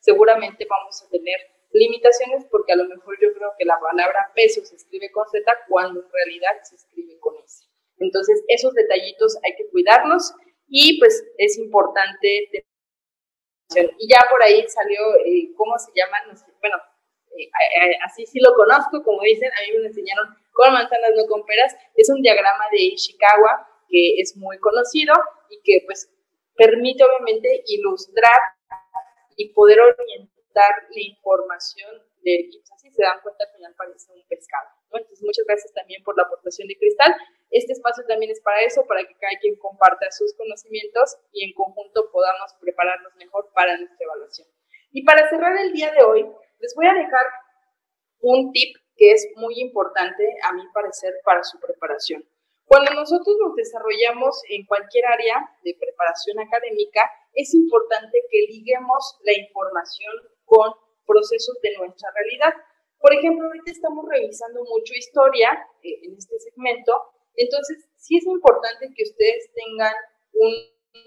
seguramente vamos a tener limitaciones porque a lo mejor yo creo que la palabra peso se escribe con Z cuando en realidad se escribe con S. Entonces, esos detallitos hay que cuidarlos y pues es importante tener. Y ya por ahí salió, eh, ¿cómo se llama? No sé, bueno, eh, eh, así sí lo conozco, como dicen, a mí me enseñaron con manzanas, no con peras. Es un diagrama de Ishikawa que es muy conocido y que pues permite obviamente ilustrar y poder orientar la información del equipo. Así se dan cuenta, al final parece un pescado, ¿no? Entonces, muchas gracias también por la aportación de Cristal. Este espacio también es para eso, para que cada quien comparta sus conocimientos y en conjunto podamos prepararnos mejor para nuestra evaluación. Y para cerrar el día de hoy, les voy a dejar un tip que es muy importante, a mi parecer, para su preparación. Cuando nosotros nos desarrollamos en cualquier área de preparación académica, es importante que liguemos la información con procesos de nuestra realidad. Por ejemplo, ahorita estamos revisando mucho historia eh, en este segmento, entonces sí es importante que ustedes tengan un,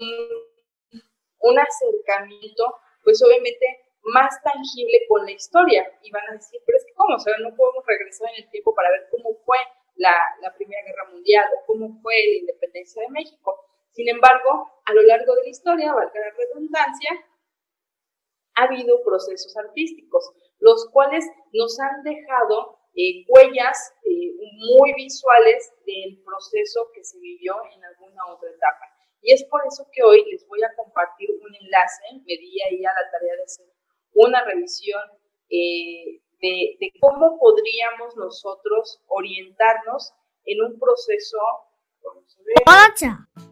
un acercamiento, pues obviamente más tangible con la historia, y van a decir, pero es que ¿cómo? O sea, no podemos regresar en el tiempo para ver cómo fue la, la Primera Guerra Mundial o cómo fue la independencia de México. Sin embargo, a lo largo de la historia, valga la redundancia, ha habido procesos artísticos, los cuales nos han dejado eh, huellas eh, muy visuales del proceso que se vivió en alguna otra etapa. Y es por eso que hoy les voy a compartir un enlace, me di ahí a la tarea de hacer una revisión eh, de, de cómo podríamos nosotros orientarnos en un proceso. Vamos a ver.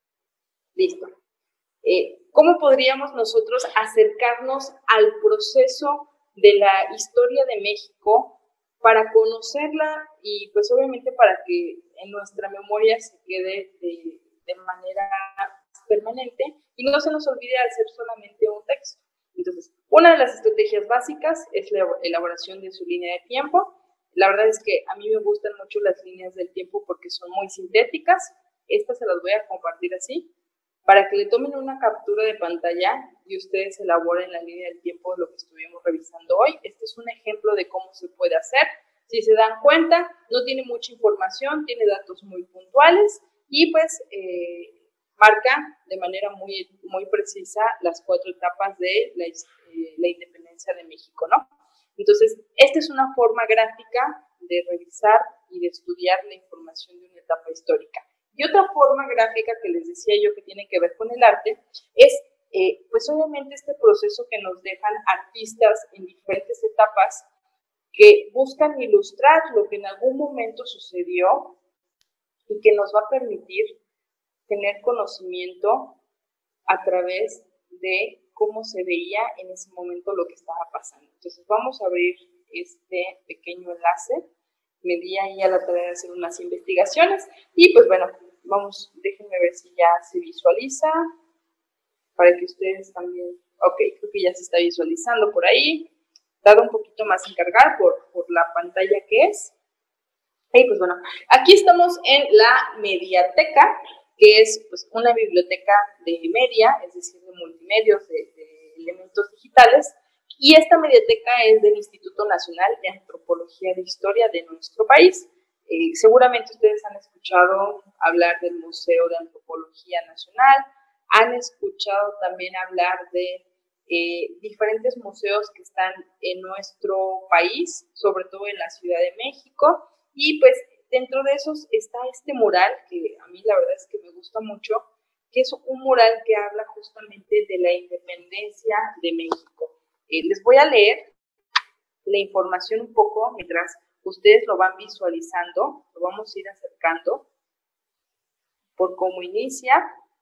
Listo. Eh, ¿Cómo podríamos nosotros acercarnos al proceso de la historia de México para conocerla y pues obviamente para que en nuestra memoria se quede de, de manera permanente y no se nos olvide hacer solamente un texto? Entonces, una de las estrategias básicas es la elaboración de su línea de tiempo. La verdad es que a mí me gustan mucho las líneas del tiempo porque son muy sintéticas. Estas se las voy a compartir así, para que le tomen una captura de pantalla y ustedes elaboren la línea del tiempo de lo que estuvimos revisando hoy. Este es un ejemplo de cómo se puede hacer. Si se dan cuenta, no tiene mucha información, tiene datos muy puntuales y pues eh, marca de manera muy, muy precisa las cuatro etapas de la, eh, la independencia de México, ¿no? Entonces, esta es una forma gráfica de revisar y de estudiar la información de una etapa histórica. Y otra forma gráfica que les decía yo que tiene que ver con el arte es, eh, pues obviamente este proceso que nos dejan artistas en diferentes etapas que buscan ilustrar lo que en algún momento sucedió y que nos va a permitir tener conocimiento a través de cómo se veía en ese momento lo que estaba pasando. Entonces vamos a abrir este pequeño enlace. Me di ahí a la tarea de hacer unas investigaciones y pues bueno, vamos, déjenme ver si ya se visualiza para que ustedes también, ok, creo que ya se está visualizando por ahí, tarda un poquito más en cargar por, por la pantalla que es. Y pues bueno, aquí estamos en la Mediateca, que es pues una biblioteca de media, es decir, de multimedios, de, de elementos digitales. Y esta mediateca es del Instituto Nacional de Antropología e Historia de nuestro país. Eh, seguramente ustedes han escuchado hablar del Museo de Antropología Nacional, han escuchado también hablar de eh, diferentes museos que están en nuestro país, sobre todo en la Ciudad de México, y pues dentro de esos está este mural, que a mí la verdad es que me gusta mucho, que es un mural que habla justamente de la independencia de México. Eh, les voy a leer la información un poco mientras ustedes lo van visualizando, lo vamos a ir acercando por cómo inicia.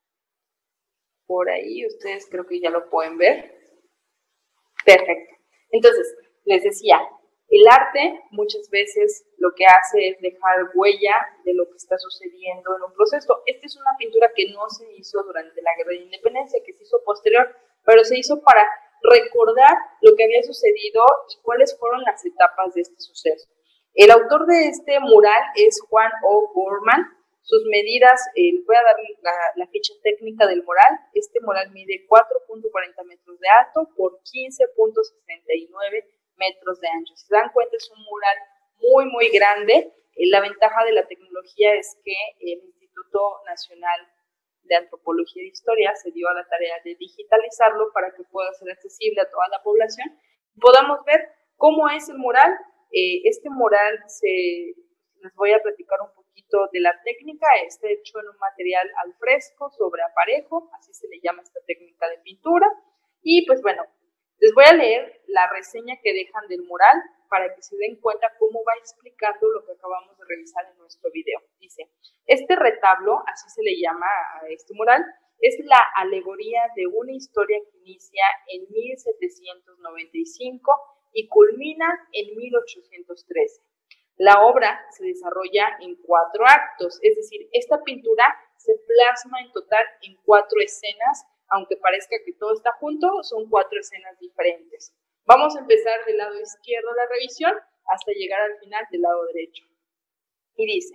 Por ahí ustedes creo que ya lo pueden ver. Perfecto. Entonces, les decía, el arte muchas veces lo que hace es dejar huella de lo que está sucediendo en un proceso. Esta es una pintura que no se hizo durante la Guerra de Independencia, que se hizo posterior, pero se hizo para recordar lo que había sucedido y cuáles fueron las etapas de este suceso. El autor de este mural es Juan O. Gorman. Sus medidas, eh, les voy a dar la, la ficha técnica del mural. Este mural mide cuatro punto cuarenta metros de alto por quince punto sesenta y nueve metros de ancho. Si se dan cuenta, es un mural muy, muy grande. Eh, la ventaja de la tecnología es que el Instituto Nacional de Antropología e Historia se dio a la tarea de digitalizarlo para que pueda ser accesible a toda la población. Podamos ver cómo es el mural. Eh, este mural, se, les voy a platicar un poquito de la técnica. Está hecho en un material al fresco, sobre aparejo, así se le llama esta técnica de pintura. Y pues bueno, les voy a leer la reseña que dejan del mural para que se den cuenta cómo va explicando lo que acabamos de revisar en nuestro video. Dice, este retablo, así se le llama a este mural, es la alegoría de una historia que inicia en mil setecientos noventa y cinco y culmina en mil ochocientos trece. La obra se desarrolla en cuatro actos, es decir, esta pintura se plasma en total en cuatro escenas, aunque parezca que todo está junto, son cuatro escenas diferentes. Vamos a empezar del lado izquierdo de la revisión hasta llegar al final del lado derecho. Y dice,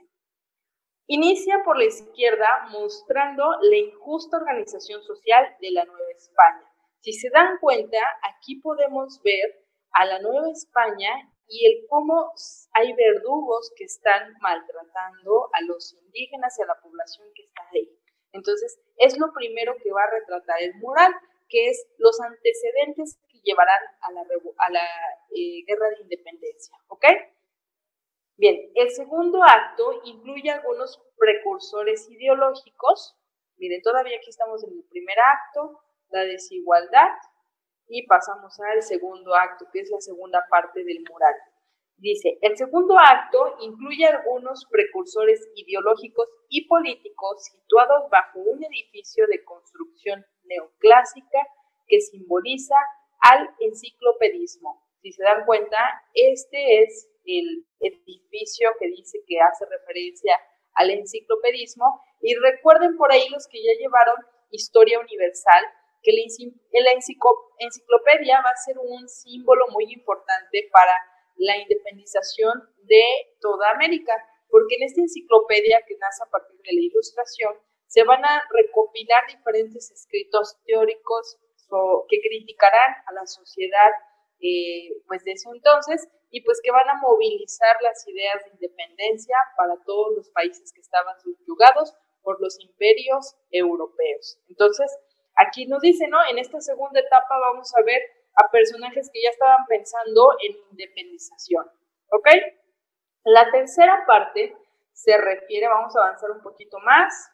inicia por la izquierda mostrando la injusta organización social de la Nueva España. Si se dan cuenta, aquí podemos ver a la Nueva España y el cómo hay verdugos que están maltratando a los indígenas y a la población que está ahí. Entonces, es lo primero que va a retratar el mural, que es los antecedentes que llevarán a la, a la eh, guerra de independencia, ¿ok? Bien, el segundo acto incluye algunos precursores ideológicos. Miren, todavía aquí estamos en el primer acto, la desigualdad, y pasamos al segundo acto, que es la segunda parte del mural. Dice, el segundo acto incluye algunos precursores ideológicos y políticos situados bajo un edificio de construcción neoclásica que simboliza al enciclopedismo. Si se dan cuenta, este es el edificio que dice que hace referencia al enciclopedismo. Y recuerden por ahí los que ya llevaron Historia Universal, que la enciclopedia va a ser un símbolo muy importante para la independización de toda América, porque en esta enciclopedia que nace a partir de la Ilustración se van a recopilar diferentes escritos teóricos que criticarán a la sociedad eh, pues de ese entonces y pues que van a movilizar las ideas de independencia para todos los países que estaban subyugados por los imperios europeos. Entonces, aquí nos dice, ¿no? En esta segunda etapa vamos a ver a personajes que ya estaban pensando en independización, ¿ok? La tercera parte se refiere, vamos a avanzar un poquito más.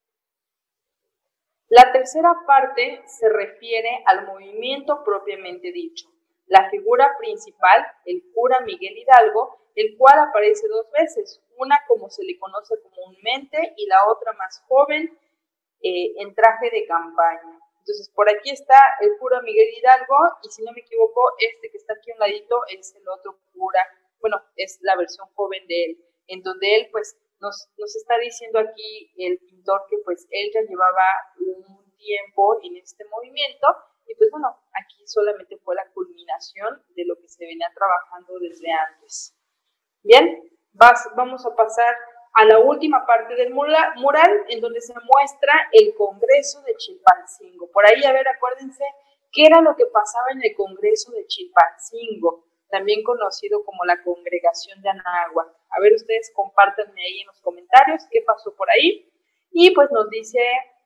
La tercera parte se refiere al movimiento propiamente dicho. La figura principal, el cura Miguel Hidalgo, el cual aparece dos veces, una como se le conoce comúnmente y la otra más joven, eh, en traje de campaña. Entonces, por aquí está el cura Miguel Hidalgo, y si no me equivoco, este que está aquí a un ladito es el otro cura, bueno, es la versión joven de él, en donde él, pues, nos, nos está diciendo aquí el pintor que, pues, él ya llevaba un tiempo en este movimiento, y pues, bueno, aquí solamente fue la culminación de lo que se venía trabajando desde antes. Bien, vas, vamos a pasar a la última parte del mural, en donde se muestra el Congreso de Chilpancingo. Por ahí, a ver, acuérdense, ¿qué era lo que pasaba en el Congreso de Chilpancingo? También conocido como la Congregación de Anáhuac. A ver, ustedes compártanme ahí en los comentarios qué pasó por ahí. Y pues nos dice,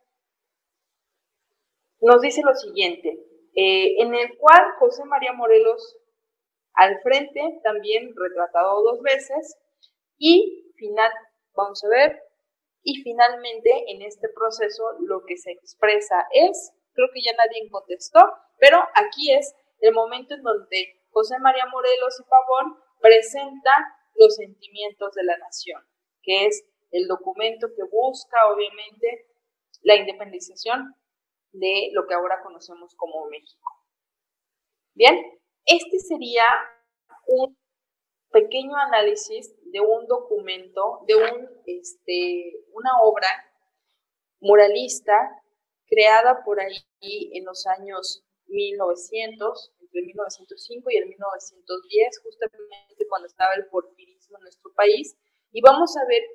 nos dice lo siguiente, eh, en el cual José María Morelos al frente, también retratado dos veces, y final, vamos a ver, y finalmente en este proceso lo que se expresa es, creo que ya nadie contestó, pero aquí es el momento en donde José María Morelos y Pavón presenta los sentimientos de la nación, que es el documento que busca obviamente la independización de lo que ahora conocemos como México. Bien, este sería un pequeño análisis de un documento, de un, este, una obra muralista creada por ahí en los años mil novecientos, entre mil novecientos cinco y el mil novecientos diez, justamente cuando estaba el porfirismo en nuestro país, y vamos a ver que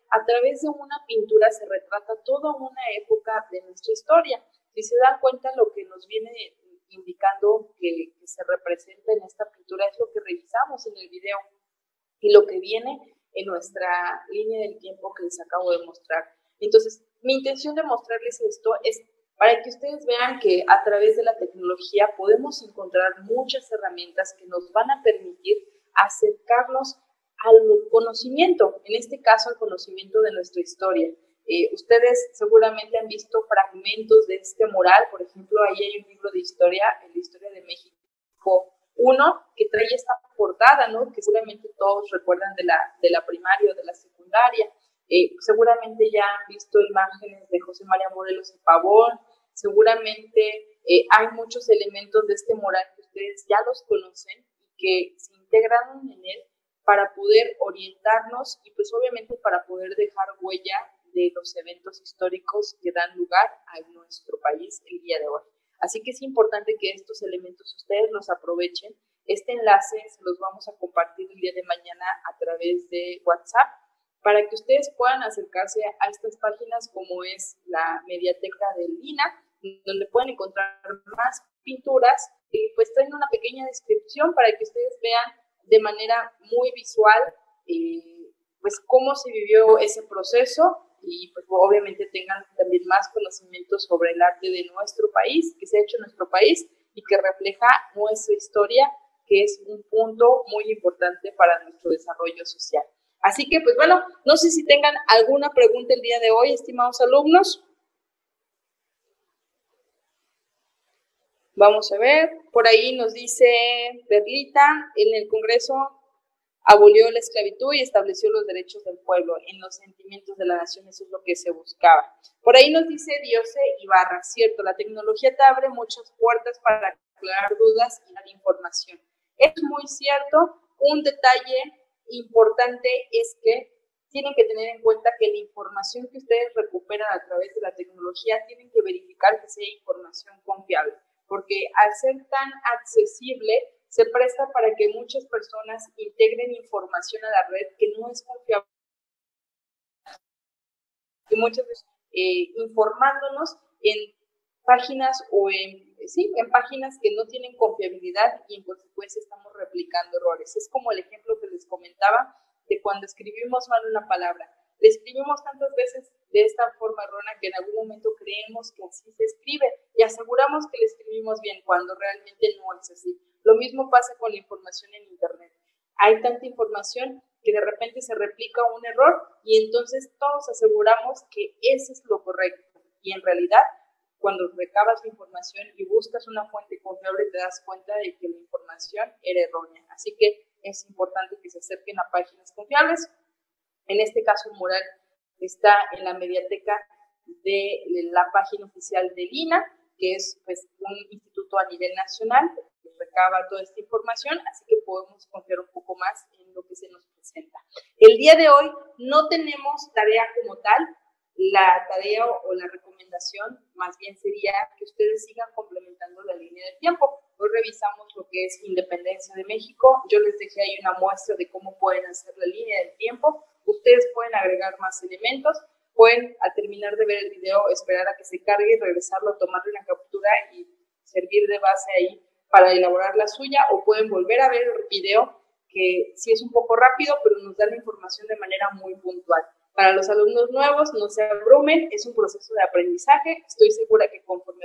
a través de una pintura se retrata toda una época de nuestra historia. Si se dan cuenta, lo que nos viene indicando que, que se representa en esta pintura es lo que revisamos en el video y lo que viene en nuestra línea del tiempo que les acabo de mostrar. Entonces, mi intención de mostrarles esto es para que ustedes vean que a través de la tecnología podemos encontrar muchas herramientas que nos van a permitir acercarnos al conocimiento, en este caso al conocimiento de nuestra historia. Eh, ustedes seguramente han visto fragmentos de este mural, por ejemplo, ahí hay un libro de historia, en la historia de México uno, que trae esta portada, ¿no? Que seguramente todos recuerdan de la, de la primaria o de la secundaria. Eh, seguramente ya han visto imágenes de José María Morelos y Pavón, seguramente eh, hay muchos elementos de este mural que ustedes ya los conocen y que se integraron en él para poder orientarnos y pues obviamente para poder dejar huella de los eventos históricos que dan lugar a nuestro país el día de hoy. Así que es importante que estos elementos ustedes los aprovechen. Este enlace se los vamos a compartir el día de mañana a través de WhatsApp para que ustedes puedan acercarse a estas páginas como es la mediateca del I N A, donde pueden encontrar más pinturas y pues traen una pequeña descripción para que ustedes vean de manera muy visual eh, pues cómo se vivió ese proceso y pues obviamente tengan también más conocimiento sobre el arte de nuestro país, que se ha hecho en nuestro país y que refleja nuestra historia, que es un punto muy importante para nuestro desarrollo social. Así que pues bueno, no sé si tengan alguna pregunta el día de hoy, estimados alumnos. Vamos a ver, por ahí nos dice Perlita, en el Congreso abolió la esclavitud y estableció los derechos del pueblo en los sentimientos de la nación, eso es lo que se buscaba. Por ahí nos dice Diose Ibarra, cierto, la tecnología te abre muchas puertas para aclarar dudas y dar información. Es muy cierto, un detalle importante es que tienen que tener en cuenta que la información que ustedes recuperan a través de la tecnología tienen que verificar que sea información confiable, porque al ser tan accesible se presta para que muchas personas integren información a la red que no es confiable y muchas veces eh, informándonos en páginas o en, sí, en páginas que no tienen confiabilidad y en consecuencia estamos replicando errores. Es como el ejemplo que les comentaba de cuando escribimos mal una palabra. Le escribimos tantas veces de esta forma errónea que en algún momento creemos que así se escribe y aseguramos que le escribimos bien cuando realmente no es así. Lo mismo pasa con la información en Internet. Hay tanta información que de repente se replica un error y entonces todos aseguramos que eso es lo correcto. Y en realidad, cuando recabas la información y buscas una fuente confiable, te das cuenta de que la información era errónea. Así que es importante que se acerquen a páginas confiables. En este caso, Mural está en la mediateca de la página oficial del I N A, que es pues, un instituto a nivel nacional que recaba toda esta información, así que podemos confiar un poco más en lo que se nos presenta. El día de hoy no tenemos tarea como tal. La tarea o la recomendación más bien sería que ustedes sigan complementando la línea del tiempo. Hoy revisamos lo que es Independencia de México. Yo les dejé ahí una muestra de cómo pueden hacer la línea del tiempo. Ustedes pueden agregar más elementos. Pueden, al terminar de ver el video, esperar a que se cargue, regresarlo, tomarle una captura y servir de base ahí para elaborar la suya. O pueden volver a ver el video, que sí es un poco rápido, pero nos da la información de manera muy puntual. Para los alumnos nuevos, no se abrumen, es un proceso de aprendizaje. Estoy segura que conforme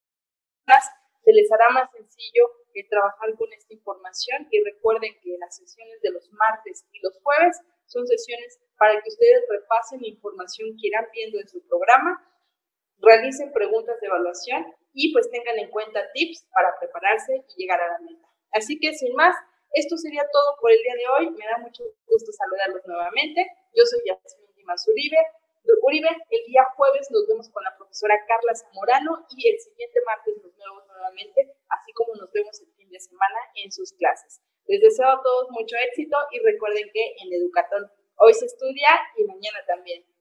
más se les hará más sencillo el trabajar con esta información. Y recuerden que las sesiones de los martes y los jueves son sesiones para que ustedes repasen la información que irán viendo en su programa, realicen preguntas de evaluación y pues tengan en cuenta tips para prepararse y llegar a la meta. Así que sin más, esto sería todo por el día de hoy. Me da mucho gusto saludarlos nuevamente. Yo soy Yasmin Uribe. Uribe. El día jueves nos vemos con la profesora Carla Zamorano y el siguiente martes nos vemos nuevamente, así como nos vemos el fin de semana en sus clases. Les deseo a todos mucho éxito y recuerden que en Educatón hoy se estudia y mañana también.